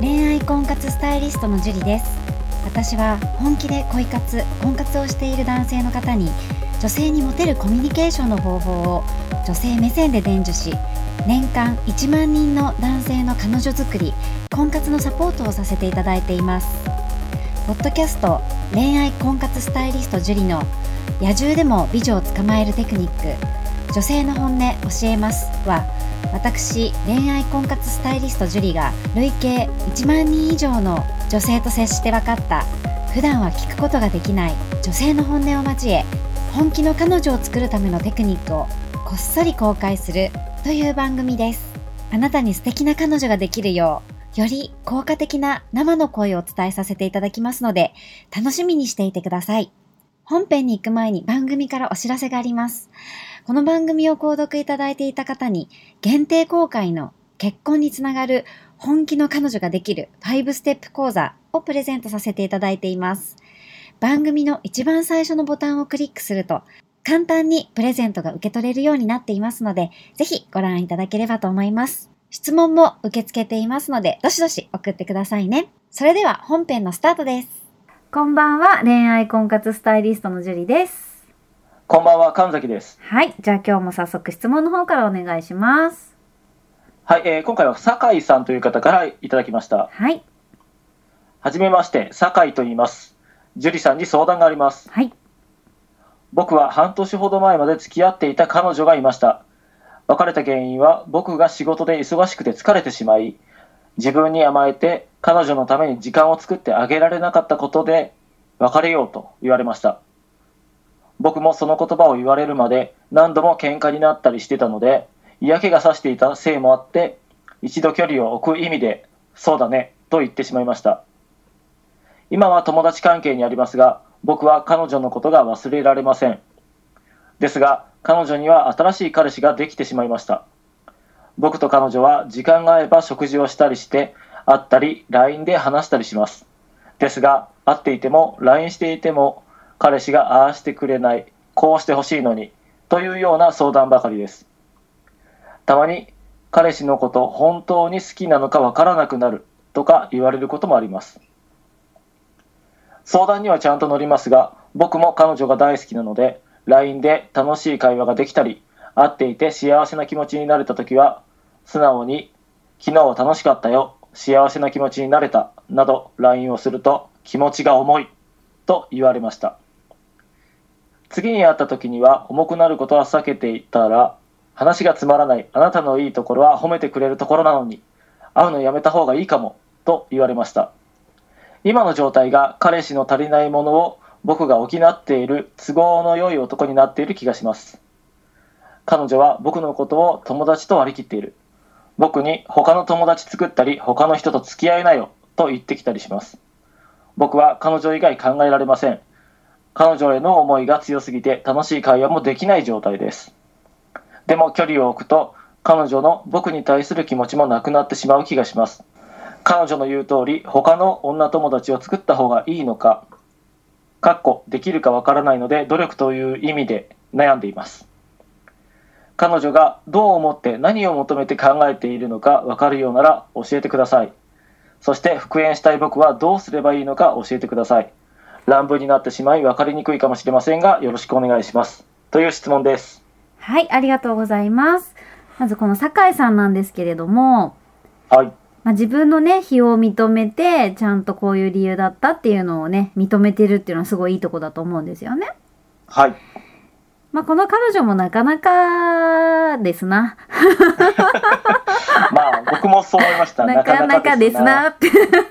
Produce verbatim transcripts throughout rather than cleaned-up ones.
恋愛婚活スタイリストのジュリです。私は本気で恋活、婚活をしている男性の方に女性にモテるコミュニケーションの方法を女性目線で伝授し、年間いちまんにんの男性の彼女作り、婚活のサポートをさせていただいています。ポッドキャスト恋愛婚活スタイリストジュリの野獣でも美女を捕まえるテクニック、女性の本音教えますは、私恋愛婚活スタイリストジュリが累計いちまんにん以上の女性と接して分かった普段は聞くことができない女性の本音を交え、本気の彼女を作るためのテクニックをこっそり公開するという番組です。あなたに素敵な彼女ができるよう、より効果的な生の声をお伝えさせていただきますので、楽しみにしていてください。本編に行く前に番組からお知らせがあります。この番組を購読いただいていた方に限定公開の結婚につながる本気の彼女ができるごステップ講座をプレゼントさせていただいています。番組の一番最初のボタンをクリックすると簡単にプレゼントが受け取れるようになっていますので、ぜひご覧いただければと思います。質問も受け付けていますので、どしどし送ってくださいね。それでは本編のスタートです。こんばんは、恋愛婚活スタイリストのジュリです。 こんばんは、神崎です。 はい、じゃあ今日も早速質問の方からお願いします。 はい、えー、今回は酒井さんという方からいただきました。 はい。 はじめまして、酒井と言います。ジュリさんに相談があります。 はい。 僕は半年ほど前まで付き合っていた彼女がいました。別れた原因は僕が仕事で忙しくて疲れてしまい、自分に甘えて彼女のために時間を作ってあげられなかったことで別れようと言われました。僕もその言葉を言われるまで何度も喧嘩になったりしてたので、嫌気がさしていたせいもあって、一度距離を置く意味でそうだねと言ってしまいました。今は友達関係にありますが、僕は彼女のことが忘れられません。ですが彼女には新しい彼氏ができてしまいました。僕と彼女は時間が合えば食事をしたりして、会ったり ライン で話したりします。ですが会っていても ライン していても、彼氏がああしてくれない、こうしてほしいのにというような相談ばかりです。たまに彼氏のこと本当に好きなのかわからなくなるとか言われることもあります。相談にはちゃんと乗りますが、僕も彼女が大好きなので ライン で楽しい会話ができたり、会っていて幸せな気持ちになれたときは素直に昨日は楽しかったよ、幸せな気持ちになれたなど ライン をすると、気持ちが重いと言われました。次に会った時には重くなることは避けていたら、話がつまらない、あなたのいいところは褒めてくれるところなのに会うのやめた方がいいかもと言われました。今の状態が彼氏の足りないものを僕が補っている都合の良い男になっている気がします。彼女は僕のことを友達と割り切っている。僕に他の友達作ったり他の人と付き合いなよと言ってきたりします。僕は彼女以外考えられません。彼女への思いが強すぎて楽しい会話もできない状態です。でも距離を置くと彼女の僕に対する気持ちもなくなってしまう気がします。彼女の言う通り他の女友達を作った方がいいのか、かっこできるかわからないので努力という意味で悩んでいます。彼女がどう思って何を求めて考えているのかわかるようなら教えてください。そして復縁したい僕はどうすればいいのか教えてください。乱文になってしまい分かりにくいかもしれませんが、よろしくお願いしますという質問です。 はい、ありがとうございます。まずこの酒井さんなんですけれども、 はい、 まあ、自分のね非を認めてちゃんとこういう理由だったっていうのをね認めてるっていうのはすごいいいとこだと思うんですよね。 はい。 まあこの彼女もなかなかですな。 まあ僕もそう思いました。 なかなかですなって。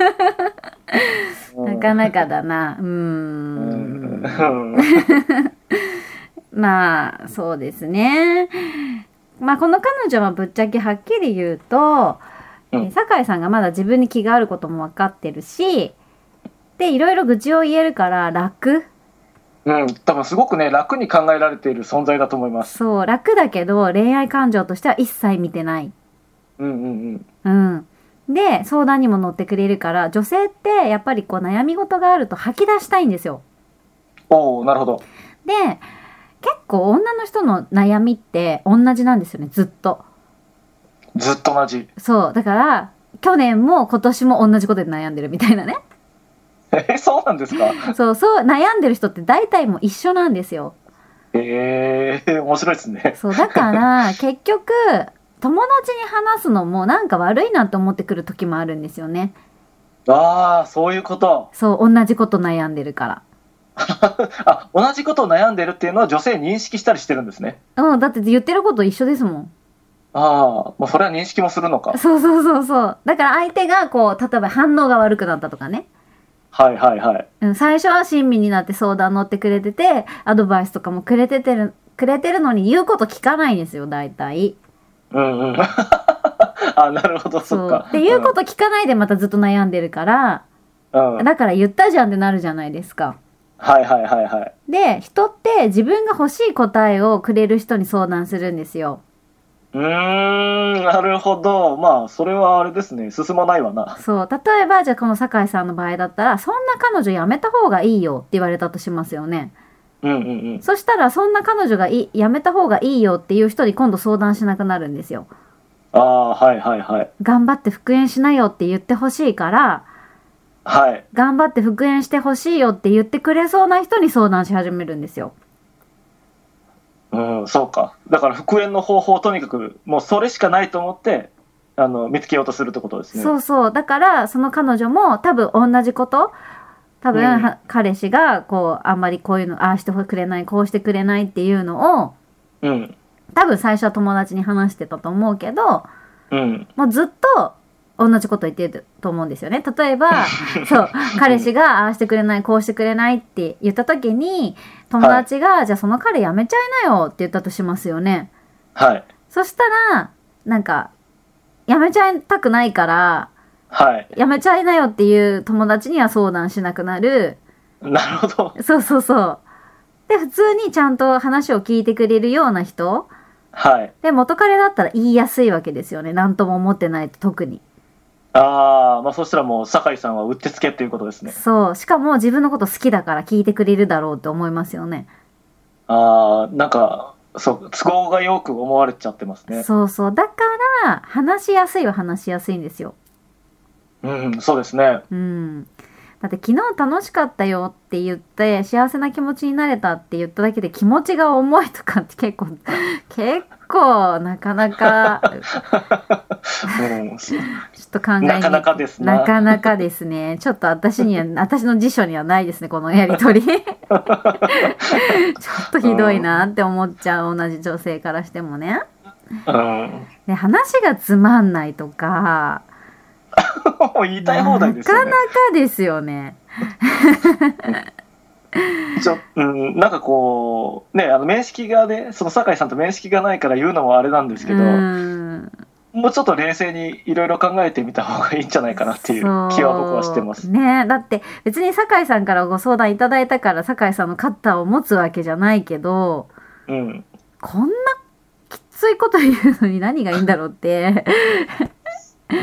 なかなかだな。うーん。まあそうですね。まあこの彼女はぶっちゃけはっきり言うと、うん、酒井さんがまだ自分に気があることも分かってるし、でいろいろ愚痴を言えるから楽。 うん、多分すごくね楽に考えられている存在だと思います。 そう、楽だけど恋愛感情としては一切見てない。 うんうんうん。 うん。で相談にも乗ってくれるから、女性ってやっぱりこう悩み事があると吐き出したいんですよ。 おお、なるほど。 で結構女の人の悩みって同じなんですよね、ずっと。 ずっと同じ。 そうだから去年も今年も同じことで悩んでるみたいなね。 え、そうなんですか？ そうそう、悩んでる人って大体もう一緒なんですよ。 えー、面白いですね。 そうだから結局友達に話すのもなんか悪いなって思ってくる時もあるんですよね。 ああ、そういうこと。 そう同じこと悩んでるから。 あ、同じことを悩んでるっていうのは女性認識したりしてるんですね。 うん、だって言ってること一緒ですもん。 ああ、もうそれは認識もするのか。 そうそうそうそう。だから相手がこう例えば反応が悪くなったとかね。 はいはいはい。 うん、最初は親身になって相談乗ってくれててアドバイスとかもくれててるくれてるのに言うこと聞かないんですよ大体。 うんうん。あ、なるほど、そっか。 で言うこと聞かないでまたずっと悩んでるから、 うん、 だから言ったじゃんってなるじゃないですか。 はいはいはいはい。 で人って自分が欲しい答えをくれる人に相談するんですよ。 うーん、なるほど。まあそれはあれですね、進まないわな。 そう例えばじゃあこの酒井さんの場合だったらそんな彼女やめた方がいいよって言われたとしますよね。 うんうんうん。 そしたらそんな彼女がいやめた方がいいよっていう人に今度相談しなくなるんですよ。 ああ、はいはいはい。 頑張って復縁しなよって言ってほしいからはい。 頑張って復縁してほしいよって言ってくれそうな人に相談し始めるんですよ。 うん、そうか。だから復縁の方法をとにかくもうそれしかないと思ってあの見つけようとするってことですね。 そうそうだからその彼女も多分同じこと多分、うん、彼氏がこうあんまりこういうのああしてくれないこうしてくれないっていうのを、 うん、 多分最初は友達に話してたと思うけど、 うん、 もうずっと同じこと言ってると思うんですよね。例えばそう彼氏がああしてくれないこうしてくれないって言った時に友達が、はい、じゃあその彼やめちゃいなよって言ったとしますよね。 はい。 そしたらなんかやめちゃいたくないからはい、 やめちゃいなよっていう友達には相談しなくなる。 なるほど。 そうそうそうで普通にちゃんと話を聞いてくれるような人、 はい、 で元彼だったら言いやすいわけですよね。何とも思ってないと特に。 ああ、まあそしたらもう酒井さんはうってつけっていうことですね。 そうしかも自分のこと好きだから聞いてくれるだろうって思いますよね。 ああ、なんかそう都合がよく思われちゃってますね。 そうそうだから話しやすいは話しやすいんですよ。 うん、そうですね。 うん。だって昨日楽しかったよって言って幸せな気持ちになれたって言っただけで気持ちが重いとかって結構結構なかなか、うん、ちょっと考えになかなかですななかなかですね。ちょっと私には私の辞書にはないですねこのやりとり。ちょっとひどいなって思っちゃう同じ女性からしてもね。 うん、 で話がつまんないとか。 言いたい放題ですよね。 なかなかですよね。 ちょ、うん、なんかこうねあの面識がねその酒井さんと面識がないから言うのもあれなんですけど、うんもうちょっと冷静にいろいろ考えてみた方がいいんじゃないかなっていう気は僕はしてます。 ね、だって別に酒井さんからご相談いただいたから酒井さんのカッターを持つわけじゃないけど、 うん、 こんなきついこと言うのに何がいいんだろうって。 うん、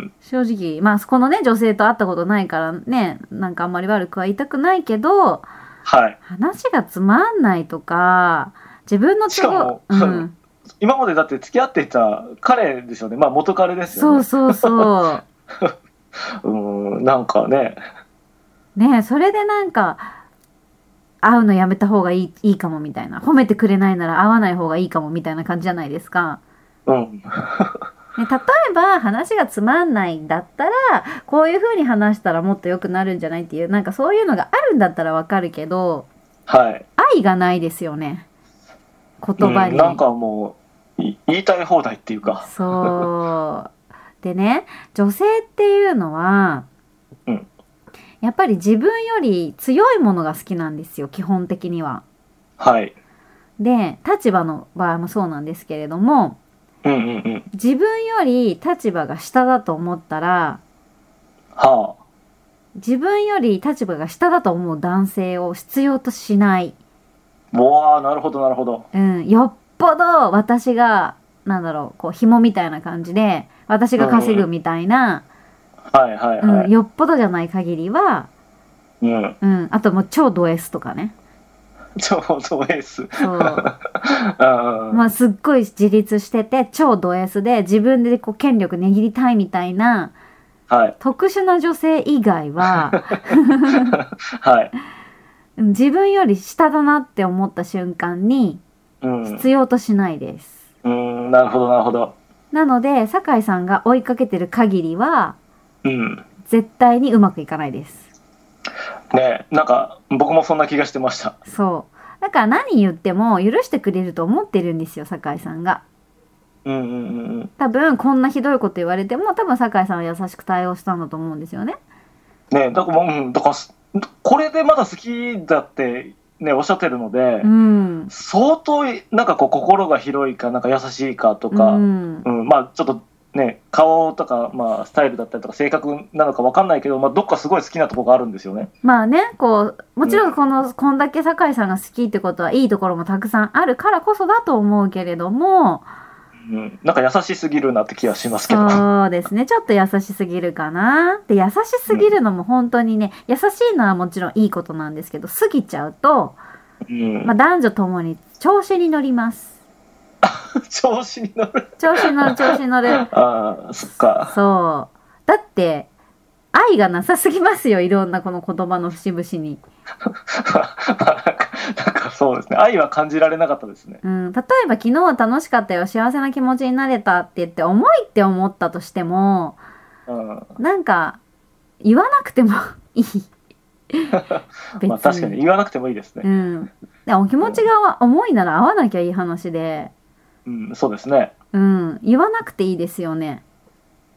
正直まあこのね女性と会ったことないからねなんかあんまり悪くは言いたくないけど、 はい、 話がつまんないとか自分の都合、うん、 今までだって付き合っていた彼ですよね。まあ元彼ですよね。 そうそうそううんなんかねねそれでなんか会うのやめた方がいい、いいかもみたいな褒めてくれないなら会わない方がいいかもみたいな感じじゃないですか。 うんね、例えば話がつまんないんだったらこういう風に話したらもっと良くなるんじゃないっていうなんかそういうのがあるんだったらわかるけど、 はい、 愛がないですよね言葉に、 うん、なんかもう言いたい放題っていうかそうでね女性っていうのは、 うん、 やっぱり自分より強いものが好きなんですよ基本的には。 はいで立場の場合もそうなんですけれども、 うんうんうん、 自分より立場が下だと思ったら、 はあ、 自分より立場が下だと思う男性を必要としない。 わあ、なるほどなるほど。 うん、よっぽど私がなんだろうこう紐みたいな感じで私が稼ぐみたいな、 うん、はいはいはい、 うん、よっぽどじゃない限りは、 うん、 うん、あともう超ド S とかね。 超ド S。 そうあまあすっごい自立してて超ド S で自分でこう権力握りたいみたいなはい。 特殊な女性以外ははい。 自分より下だなって思った瞬間にうん。 必要としないです。 うん、なるほど、なるほど。 なので酒井さんが追いかけてる限りはうん。 絶対にうまくいかないです。 ねなんか、僕もそんな気がしてました。 そうだから何言っても許してくれると思ってるんですよ、酒井さんが。 うんうんうんうん。 多分こんなひどいこと言われても多分酒井さんは優しく対応したんだと思うんですよね。 ねだからもう、うん、だからすこれでまだ好きだってね、おっしゃってるので、 うん相当なんかこう心が広いかなんか優しいかとうか、 んうんまあちょっとね顔とか、まあ、スタイルだったりとか性格なのかわかんないけど、まあ、どっかすごい好きなところがあるんですよね。 まあねこうもちろんこの、こんだけ酒井さんが好きってことはいいところもたくさんあるからこそだと思うけれども、 うん、なんか優しすぎるなって気がしますけど。 そうですねちょっと優しすぎるかな。で優しすぎるのも本当にね、優しいのはもちろんいいことなんですけど過ぎちゃうと、 うんまあ、男女ともに調子に乗ります。 調子に乗る。 調子に乗る調子に乗る。 ああそっか。 そうだって愛がなさすぎますよ、いろんなこの言葉の節々に。 なんかなんかそうですね、愛は感じられなかったですね。 うん、例えば昨日は楽しかったよ、幸せな気持ちになれたって言って重いって思ったとしても、 うん、 なんか言わなくてもいい別に、 まあ確かに言わなくてもいいですね。 うん、でお気持ちが重いなら会わなきゃいい話で、 うん、そうですね。 うん、言わなくていいですよね。 うん、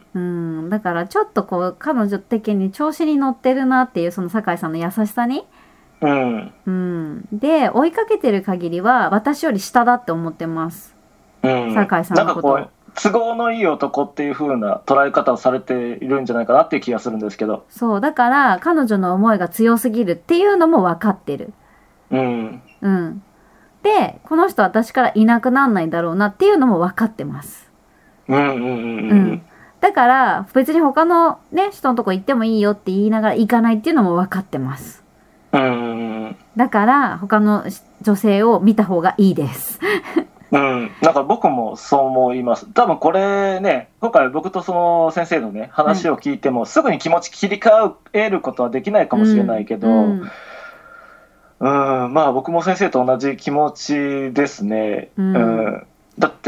うん、だからちょっとこう彼女的に調子に乗ってるなっていうその酒井さんの優しさに、 うん、 うん、で追いかけてる限りは私より下だって思ってます、 うん。 酒井さんのことを。 なんかこう都合のいい男っていう風な捉え方をされているんじゃないかなっていう気がするんですけど。 そうだから彼女の思いが強すぎるっていうのも分かってる。 うん、 うん。でこの人私からいなくなんないだろうなっていうのも分かってます。 うん、うん、うん、 ううんん。 だから別に他のね人のとこ行ってもいいよって言いながら行かないっていうのも分かってます。 うん、 だから他の女性を見た方がいいです。 うん、なんか僕もそう思います。多分これね、今回僕とその先生のね話を聞いても、すぐに気持ち切り替えることはできないかもしれないけど、 ううんん、まあ僕も先生と同じ気持ちですね。 ううんん、だって、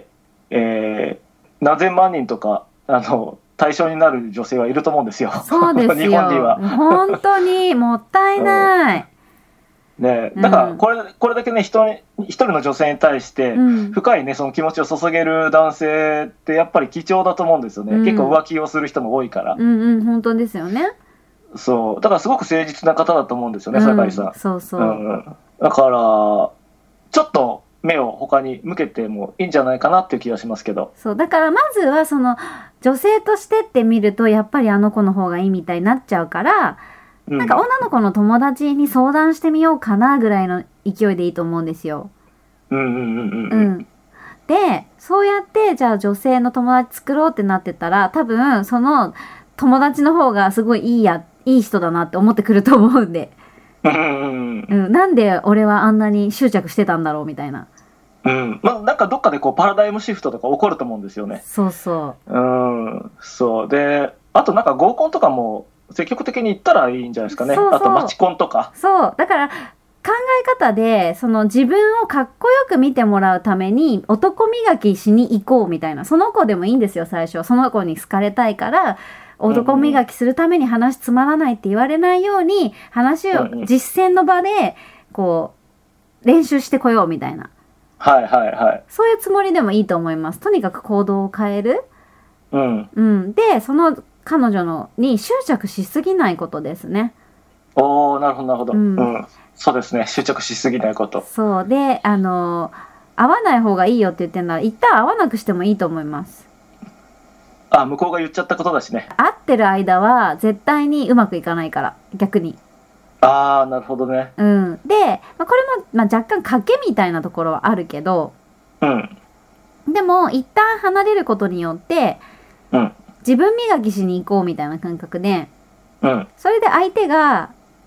えー、何千万人とかあの対象になる女性はいると思うんですよ。 そうですよ。 日本には。 本当にもったいない。 ね、 うんだからこれ、これだけね人に一人の女性に対してうん深いねその気持ちを注げる男性ってやっぱり貴重だと思うんですよね、 うん結構浮気をする人も多いから、 うんうん本当ですよね。 そうだからすごく誠実な方だと思うんですよね、 うん酒井さん。 そうそう。 うん、だからちょっと目を他に向けてもいいんじゃないかなっていう気がしますけど。 そうだからまずはその女性としてって見るとやっぱりあの子の方がいいみたいになっちゃうから、 うん、 なんか女の子の友達に相談してみようかなぐらいの勢いでいいと思うんですよ。 うんうんうんううんん。でそうやってじゃあ女性の友達作ろうってなってたら多分その友達の方がすごいいいやいい人だなって思ってくると思うんで、 うんうんうん、なんで俺はあんなに執着してたんだろうみたいな。 うんまあなんかどっかでこうパラダイムシフトとか起こると思うんですよね。 そうそうんそうであとなんか合コンとかも積極的に行ったらいいんじゃないですかね。 そうそうあとマチコンとか。 うそうだから考え方でその自分をかっこよく見てもらうために男磨きしに行こうみたいな、その子でもいいんですよ最初。その子に好かれたいから男磨きするために話つまらないって言われないように話を実践の場でこう練習してこようみたいな、 はいはいはい。 そういうつもりでもいいと思います。とにかく行動を変える、 うん。 うん、でその彼女のに執着しすぎないことですね。 おおなるほどなるほど。 ううんん、そうですね、執着しすぎないこと。 そうであの会わない方がいいよって言ってんなら一旦会わなくしてもいいと思います。 あ向こうが言っちゃったことだしね。 会ってる間は絶対にうまくいかないから逆に。 ああなるほどね。 うん、で、まあ、これも、まあ、若干賭けみたいなところはあるけど、 うんでも一旦離れることによってうん自分磨きしに行こうみたいな感覚で、 うんそれで相手が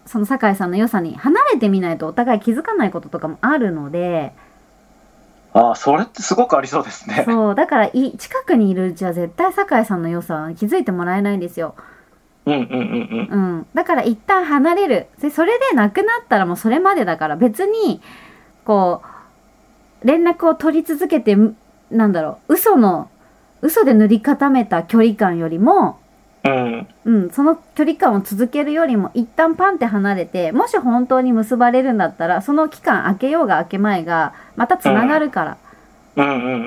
その酒井さんの良さに離れてみないとお互い気づかないこととかもあるので、 ああ、それってすごくありそうですね。 そう、だからい近くにいるうちは絶対酒井さんの良さは気づいてもらえないんですよ。 うんうんうんうん。 うん。だから一旦離れる。で、それでなくなったらもうそれまでだから、別に、こう、連絡を取り続けて、なんだろう、嘘の、嘘で塗り固めた距離感よりも、 うん。 うん、その距離感を続けるよりも一旦パンって離れて、もし本当に結ばれるんだったら、その期間空けようが空けまいが、また繋がるから。 うんうんうんうん。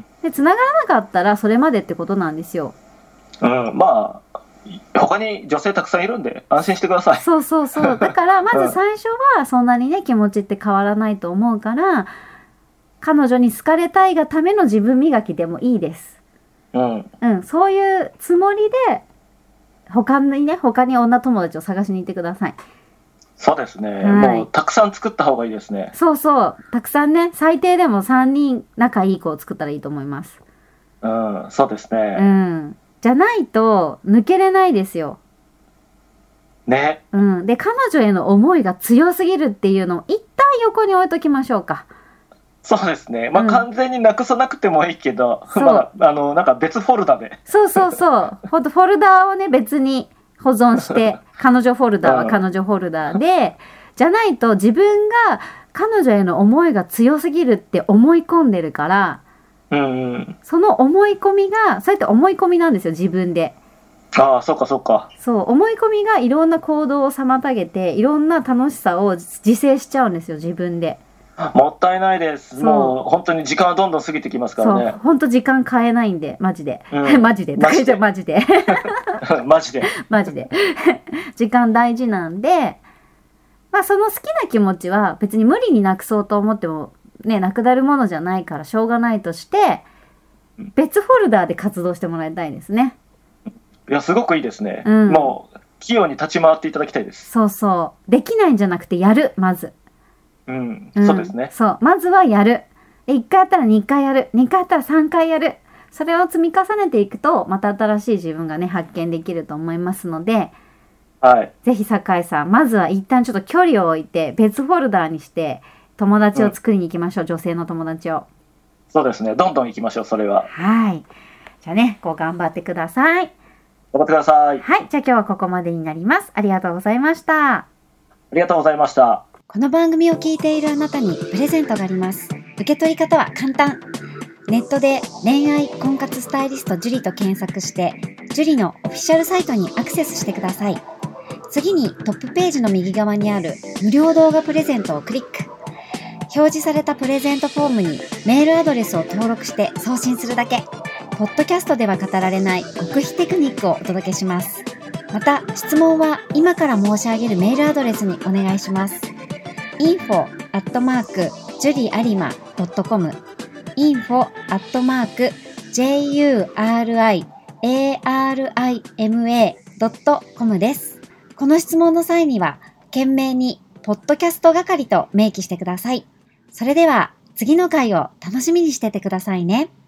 で、繋がらなかったらそれまでってことなんですよ。 うん、まあ、他に女性たくさんいるんで安心してください。 そうそうそう。だからまず最初はそんなにね、気持ちって変わらないと思うから、彼女に好かれたいがための自分磨きでもいいです。 うん。 うん、そういうつもりで、他にね、他に女友達を探しに行ってください。 そうですね。 はいもうたくさん作った方がいいですね。 そうそう。たくさんね、最低でもさんにん仲いい子を作ったらいいと思います。 うん、そうですうね。 ん。じゃないと抜けれないですよ。 ね。 うん。で、彼女への思いが強すぎるっていうのを一旦横に置いときましょうか。 そうですね。まあ、 うん完全になくさなくてもいいけど、 そうまあ、あの、なんか別フォルダで。 そうそうそう。ほんとフォルダーをね、別に保存して、彼女フォルダーは彼女フォルダーで、じゃないと自分が彼女への思いが強すぎるって思い込んでるから、 うんうん。 その思い込みが、そうやって思い込みなんですよ、自分で。 ああ、そうかそうか。 そう、思い込みがいろんな行動を妨げて、いろんな楽しさを自制しちゃうんですよ、自分で。 もったいないです。 そうもう本当に時間はどんどん過ぎてきますからそう、 ね。 ほんと時間変えないんで、マジで。 うんマジで。 マジでマジで。 マジで。 マジで。時間大事なんで、まあその好きな気持ちは別に無理になくそうと思ってもね、なくなるものじゃないからしょうがないとして、別フォルダーで活動してもらいたいですね。 いや、すごくいいですね。 うんもう、器用に立ち回っていただきたいです。 そうそう。できないんじゃなくてやる、まず。 うん、 うんそうですね。 そう。まずはやる。で、いっかいやったらにかいやる。にかいやったらさんかいやる。それを積み重ねていくと、また新しい自分がね、発見できると思いますので、 はい。 ぜひ酒井さん、まずは一旦ちょっと距離を置いて、別フォルダーにして、友達を作りに行きましょう。女性の友達を。 そうですね。どんどん行きましょう、それは。 はい。じゃあね、こう頑張ってください。 頑張ってください。 はい。じゃあ今日はここまでになります。ありがとうございました。 ありがとうございました。 この番組を聞いているあなたにプレゼントがあります。受け取り方は簡単。ネットで恋愛婚活スタイリスト樹と検索して、樹のオフィシャルサイトにアクセスしてください。次にトップページの右側にある無料動画プレゼントをクリック。表示されたプレゼントフォームにメールアドレスを登録して送信するだけ。ポッドキャストでは語られない極秘テクニックをお届けします。また、質問は今から申し上げるメールアドレスにお願いします。インフォ アットマーク ジュリアリマ ドットコム インフォ アットマーク ジェイユーアールアイエーアールアイエムエー ドットコム です。この質問の際には、懸命にポッドキャスト係と明記してください。それでは、次の回を楽しみにしててくださいね。